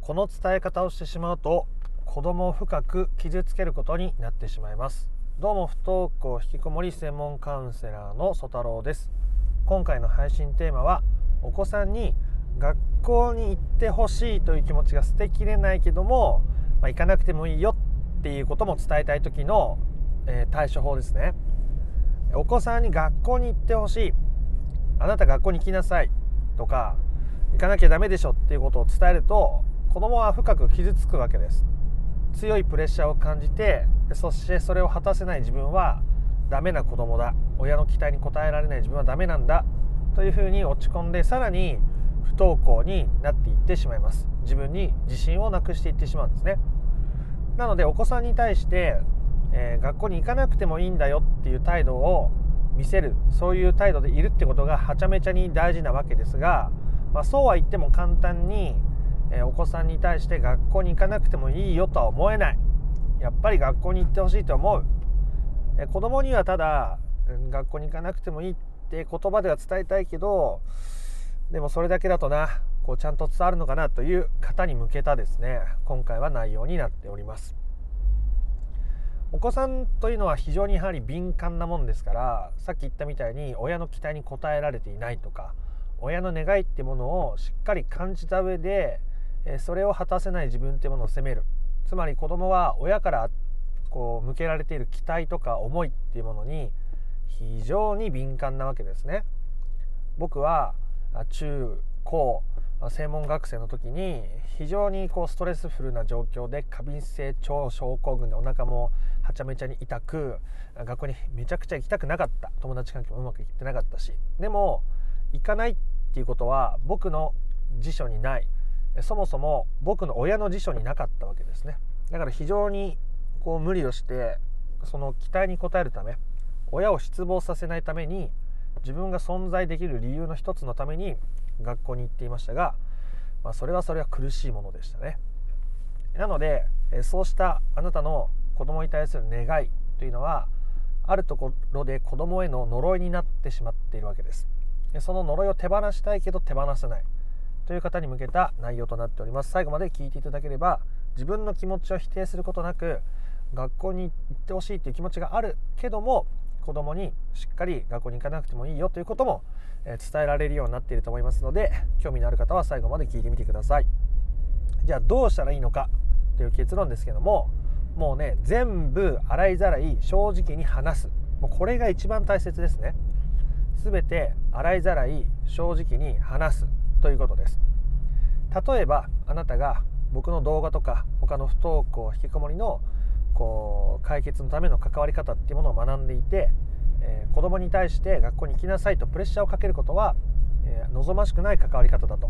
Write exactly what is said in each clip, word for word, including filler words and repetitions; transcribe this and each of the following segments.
この伝え方をしてしまうと子供を深く傷つけることになってしまいます。どうも、不登校引きこもり専門カウンセラーの曽太郎です。今回の配信テーマは、お子さんに学校に行ってほしいという気持ちが捨てきれないけども、まあ、行かなくてもいいよっていうことも伝えたい時の、えー、対処法ですね。お子さんに学校に行ってほしい、あなた学校に行きなさいとか、行かなきゃダメでしょっていうことを伝えると、子供は深く傷つくわけです。強いプレッシャーを感じて、そしてそれを果たせない自分はダメな子供だ、親の期待に応えられない自分はダメなんだというふうに落ち込んで、さらに不登校になっていってしまいます。自分に自信をなくしていってしまうんですね。なので、お子さんに対して、えー、学校に行かなくてもいいんだよっていう態度を見せる、そういう態度でいるってことがはちゃめちゃに大事なわけですが、まあ、そうは言っても簡単に、えー、お子さんに対して学校に行かなくてもいいよとは思えない。やっぱり学校に行ってほしいと思う。えー、子供にはただ、うん、学校に行かなくてもいいって言葉では伝えたいけど、でもそれだけだとな、こうちゃんと伝わるのかなという方に向けたですね、今回は内容になっております。お子さんというのは非常にやはり敏感なもんですから、さっき言ったみたいに親の期待に応えられていないとか、親の願いっていうものをしっかり感じた上で、それを果たせない自分っていうものを責める。つまり子供は親からこう向けられている期待とか思いっていうものに非常に敏感なわけですね。僕は中高専門学生の時に非常にこうストレスフルな状況で、過敏性腸症候群でお腹もはちゃめちゃに痛く、学校にめちゃくちゃ行きたくなかった。友達関係もうまくいってなかったし、でも行かないっていうことは僕の辞書にない、そもそも僕の親の辞書になかったわけですね。だから非常にこう無理をして、その期待に応えるため、親を失望させないために、自分が存在できる理由の一つのために学校に行っていましたが、まあ、それはそれは苦しいものでしたね。なので、そうしたあなたの子供に対する願いというのは、あるところで子供への呪いになってしまっているわけです。その呪いを手放したいけど手放せないという方に向けた内容となっております。最後まで聞いていただければ、自分の気持ちを否定することなく、学校に行ってほしいという気持ちがあるけども、子供にしっかり学校に行かなくてもいいよということも伝えられるようになっていると思いますので、興味のある方は最後まで聞いてみてください。じゃあどうしたらいいのかという結論ですけども、もうね、全部洗いざらい正直に話す。もうこれが一番大切ですね。すべて洗いざらい正直に話すということです。例えば、あなたが僕の動画とか他の不登校引きこもりのこう解決のための関わり方っていうものを学んでいて、えー、子供に対して学校に行きなさいとプレッシャーをかけることは、えー、望ましくない関わり方だと、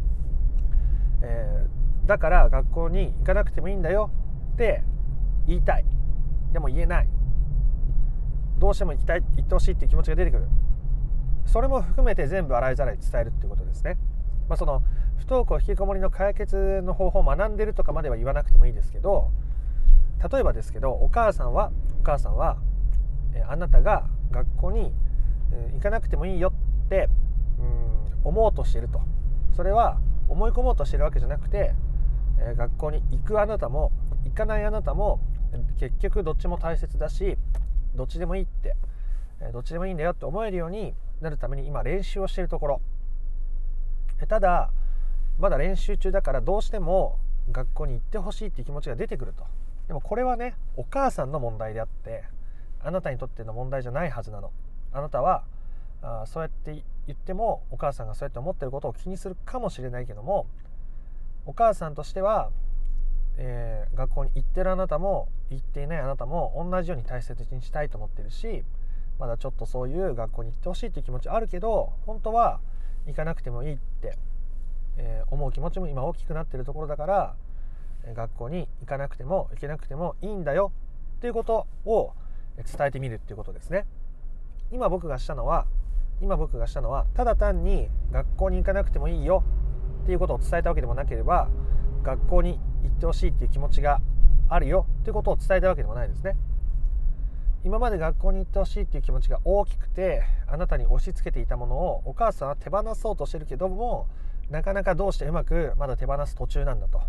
えー、だから学校に行かなくてもいいんだよって言いたい。でも言えない。どうしても行きたい、行ってほしいっていう気持ちが出てくる。それも含めて全部洗いざらい伝えるっていうことですね。まあ、その不登校引きこもりの解決の方法を学んでるとかまでは言わなくてもいいですけど、例えばですけど、お母さんはお母さんは、えー、あなたが学校に、えー、行かなくてもいいよってうーん思おうとしていると。それは思い込もうとしているわけじゃなくて、えー、学校に行くあなたも行かないあなたも結局どっちも大切だし、どっちでもいいって、えー、どっちでもいいんだよって思えるようになるために今練習をしているところ。ただまだ練習中だから、どうしても学校に行ってほしいっていう気持ちが出てくると。でもこれはね、お母さんの問題であって、あなたにとっての問題じゃないはずなの。あなたはあそうやって言っても、お母さんがそうやって思っていることを気にするかもしれないけども、お母さんとしては、えー、学校に行ってるあなたも行っていないあなたも同じように大切にしたいと思ってるし、まだちょっとそういう学校に行ってほしいっていう気持ちあるけど、本当は行かなくてもいいって、えー、思う気持ちも今大きくなっているところだから、学校に行かなくても行けなくてもいいんだよっていうことを伝えてみるっていうことですね。今僕がしたのは今僕がしたのはただ単に学校に行かなくてもいいよっていうことを伝えたわけでもなければ、学校に行ってほしいっていう気持ちがあるよっていうことを伝えたわけでもないですね。今まで学校に行ってほしいっていう気持ちが大きくて、あなたに押し付けていたものをお母さんは手放そうとしてるけども、なかなかどうしてうまくまだ手放す途中なんだと。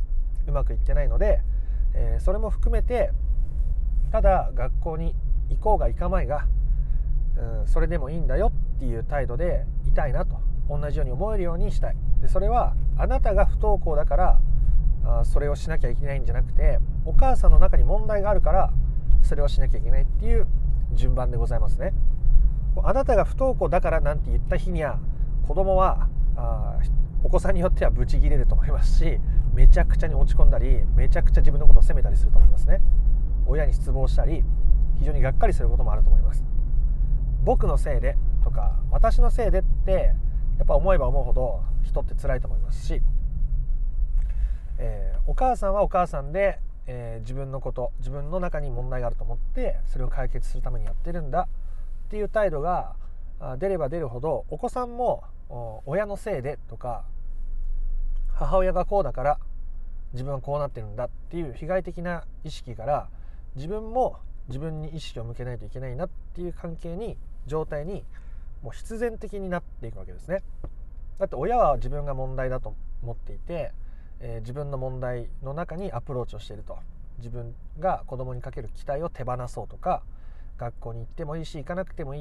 うまくいってないので、えー、それも含めてただ学校に行こうが行かまいが、うん、それでもいいんだよっていう態度でいたいなと、同じように思えるようにしたい。でそれはあなたが不登校だからあそれをしなきゃいけないんじゃなくて、お母さんの中に問題があるからそれをしなきゃいけないっていう順番でございますね。あなたが不登校だからなんて言った日には子供はあお子さんによってはブチギレると思いますし、めちゃくちゃに落ち込んだりめちゃくちゃ自分のことを責めたりすると思いますね。親に失望したり非常にがっかりすることもあると思います。僕のせいでとか私のせいでってやっぱ思えば思うほど人って辛いと思いますし、えー、お母さんはお母さんで、えー、自分のこと自分の中に問題があると思ってそれを解決するためにやってるんだっていう態度が出れば出るほど、お子さんも親のせいでとか母親がこうだから自分はこうなってるんだっていう被害的な意識から自分も自分に意識を向けないといけないなっていう関係に状態にもう必然的になっていくわけですね。だって親は自分が問題だと思っていて、えー、自分の問題の中にアプローチをしていると、自分が子供にかける期待を手放そうとか、学校に行ってもいいし行かなくてもいいって、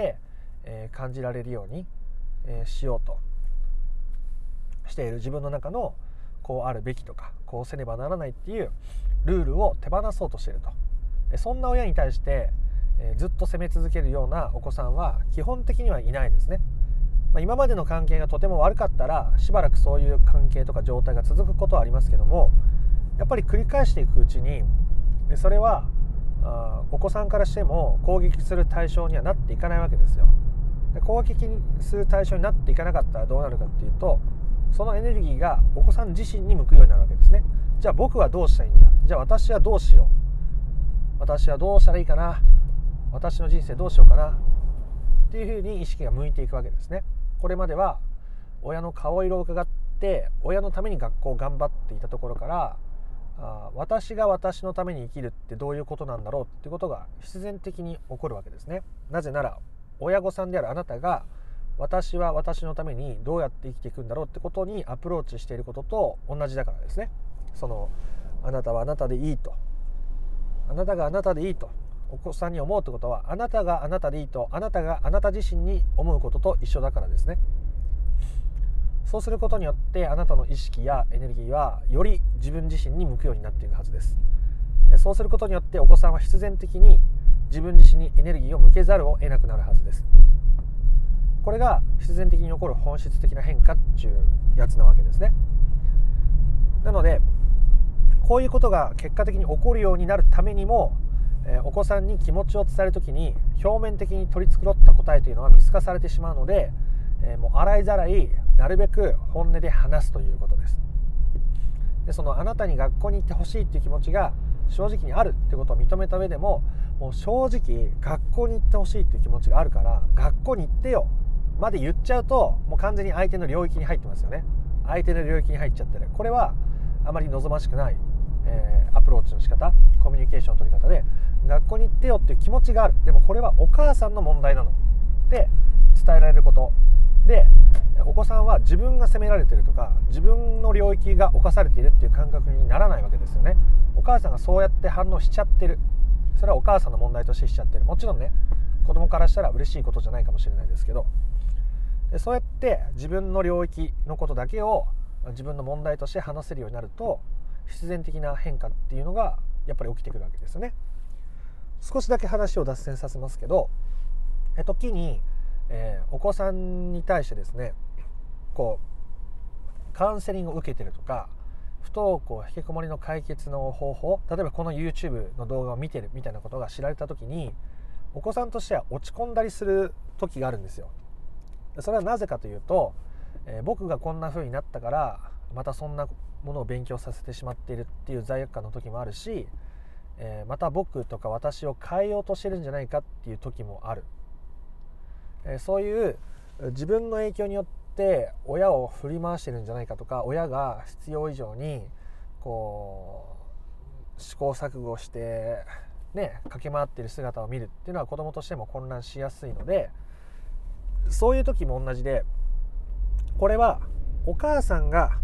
えー、感じられるように、えー、しようとしている自分の中のこうあるべきとかこうせねばならないっていうルールを手放そうとしていると。そんな親に対して、えー、ずっと責め続けるようなお子さんは基本的にはいないですね。まあ、今までの関係がとても悪かったらしばらくそういう関係とか状態が続くことはありますけども、やっぱり繰り返していくうちにそれはあお子さんからしても攻撃する対象にはなっていかないわけですよ。で攻撃する対象になっていかなかったらどうなるかっていうと、そのエネルギーがお子さん自身に向くようになるわけですね。じゃあ僕はどうしたらいいんだ、じゃあ私はどうしよう、私はどうしたらいいかな、私の人生どうしようかなっていうふうに意識が向いていくわけですね。これまでは親の顔色を伺って親のために学校を頑張っていたところから、あ私が私のために生きるってどういうことなんだろうってことが必然的に起こるわけですね。なぜなら親御さんであるあなたが私は私のためにどうやって生きていくんだろうってことにアプローチしていることと同じだからですね。そのあなたはあなたでいいと、あなたがあなたでいいとお子さんに思うってことは、あなたがあなたでいいとあなたがあなた自身に思うことと一緒だからですね。そうすることによってあなたの意識やエネルギーはより自分自身に向くようになっていくはずです。そうすることによってお子さんは必然的に自分自身にエネルギーを向けざるを得なくなるはずです。これが必然的に起こる本質的な変化っていうやつなわけですね。なのでこういうことが結果的に起こるようになるためにも、えー、お子さんに気持ちを伝えるときに表面的に取り繕った答えというのは見透かされてしまうので、えー、もう洗いざらいなるべく本音で話すということです。でそのあなたに学校に行ってほしいっていう気持ちが正直にあるってことを認めた上でも、もう正直学校に行ってほしいっていう気持ちがあるから学校に行ってよまで言っちゃうと、もう完全に相手の領域に入ってますよね。相手の領域に入っちゃってる。これはあまり望ましくない、えー、アプローチの仕方、コミュニケーションの取り方で、学校に行ってよっていう気持ちがある、でもこれはお母さんの問題なのって伝えられることで、お子さんは自分が責められてるとか自分の領域が侵されているっていう感覚にならないわけですよね。お母さんがそうやって反応しちゃってる、それはお母さんの問題としてしちゃってる。もちろんね、子供からしたら嬉しいことじゃないかもしれないですけど、でそうやって自分の領域のことだけを自分の問題として話せるようになると、必然的な変化っていうのがやっぱり起きてくるわけですよね。少しだけ話を脱線させますけど、え時に、えー、お子さんに対してですね、こうカウンセリングを受けてるとか、不登校引きこもりの解決の方法、例えばこの YouTube の動画を見てるみたいなことが知られた時に、お子さんとしては落ち込んだりする時があるんですよ。それはなぜかというと、えー、僕がこんな風になったからまたそんなものを勉強させてしまっているっていう罪悪感の時もあるし、えー、また僕とか私を変えようとしてるんじゃないかっていう時もある。えー、そういう自分の影響によって親を振り回してるんじゃないかとか、親が必要以上にこう試行錯誤してね駆け回っている姿を見るっていうのは子供としても混乱しやすいので、そういう時も同じで、これはお母さんが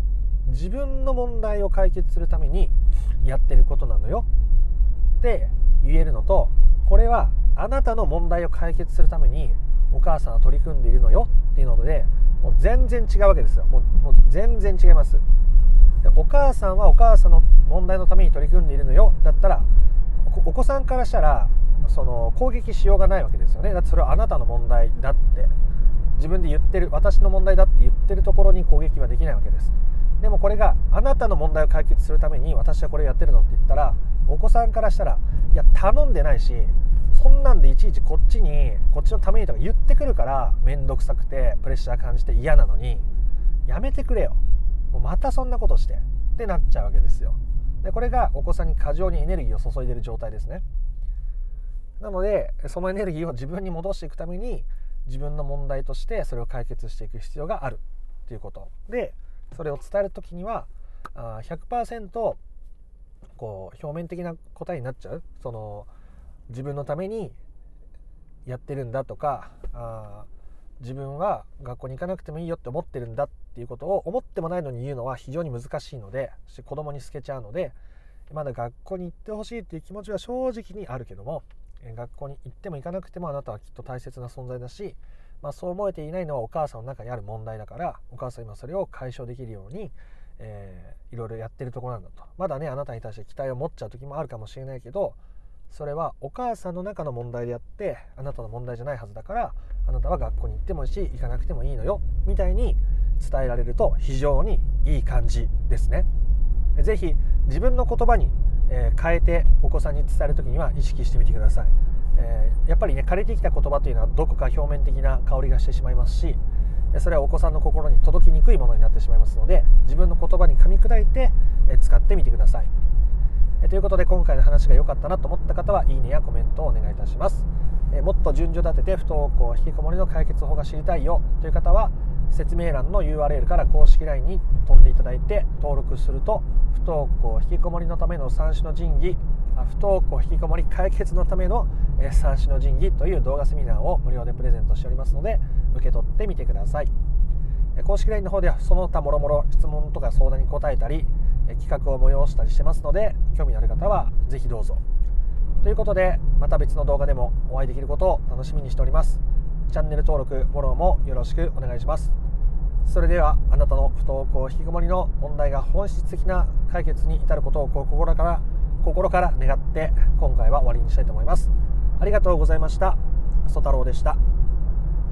自分の問題を解決するためにやってることなのよって言えるのと、これはあなたの問題を解決するためにお母さんは取り組んでいるのよっていうので、もう全然違うわけですよ。もう、もう全然違います。で、お母さんはお母さんの問題のために取り組んでいるのよだったら、お子さんからしたらその攻撃しようがないわけですよね。だってそれはあなたの問題だって自分で言ってる、私の問題だって言ってるところに攻撃はできないわけです。でもこれがあなたの問題を解決するために私はこれをやってるのって言ったら、お子さんからしたら、いや頼んでないし、そんなんでいちいちこっちにこっちのためにとか言ってくるから面倒くさくてプレッシャー感じて嫌なのに、やめてくれよ、もうまたそんなことしてってなっちゃうわけですよ。でこれがお子さんに過剰にエネルギーを注いでいる状態ですね。なのでそのエネルギーを自分に戻していくために、自分の問題としてそれを解決していく必要があるっていうことで、それを伝えるときには ひゃくパーセント こう表面的な答えになっちゃう。その自分のためにやってるんだとか、あ自分は学校に行かなくてもいいよって思ってるんだっていうことを思ってもないのに言うのは非常に難しいので、子供に透けちゃうので、まだ学校に行ってほしいっていう気持ちは正直にあるけども、学校に行っても行かなくてもあなたはきっと大切な存在だし、まあ、そう思えていないのはお母さんの中にある問題だから、お母さん今それを解消できるように、えー、いろいろやってるところなんだと。まだね、あなたに対して期待を持っちゃう時もあるかもしれないけど、それはお母さんの中の問題であってあなたの問題じゃないはずだから、あなたは学校に行ってもいいし行かなくてもいいのよみたいに伝えられると非常にいい感じですね。ぜひ自分の言葉に、えー、変えてお子さんに伝えるときには意識してみてください。えー、やっぱりね、枯れてきた言葉というのはどこか表面的な香りがしてしまいますし、それはお子さんの心に届きにくいものになってしまいますので、自分の言葉に噛み砕いて、えー、使ってみてください。えー、ということで今回の話が良かったなと思った方はいいねやコメントをお願いいたします。えー、もっと順序立てて不登校引きこもりの解決法が知りたいよという方は、説明欄の ユーアールエル から公式 ライン に飛んでいただいて登録すると、不登校引きこもりのための三種の神器、不登校引きこもり解決のための三種の神器という動画セミナーを無料でプレゼントしておりますので、受け取ってみてください。公式 ライン の方ではその他もろもろ質問とか相談に答えたり、企画を催したりしてますので、興味のある方はぜひどうぞ。ということで、また別の動画でもお会いできることを楽しみにしております。チャンネル登録フォローもよろしくお願いします。それでは、あなたの不登校引きこもりの問題が本質的な解決に至ることを心から心から願って、今回は終わりにしたいと思います。ありがとうございました。曽太郎でした。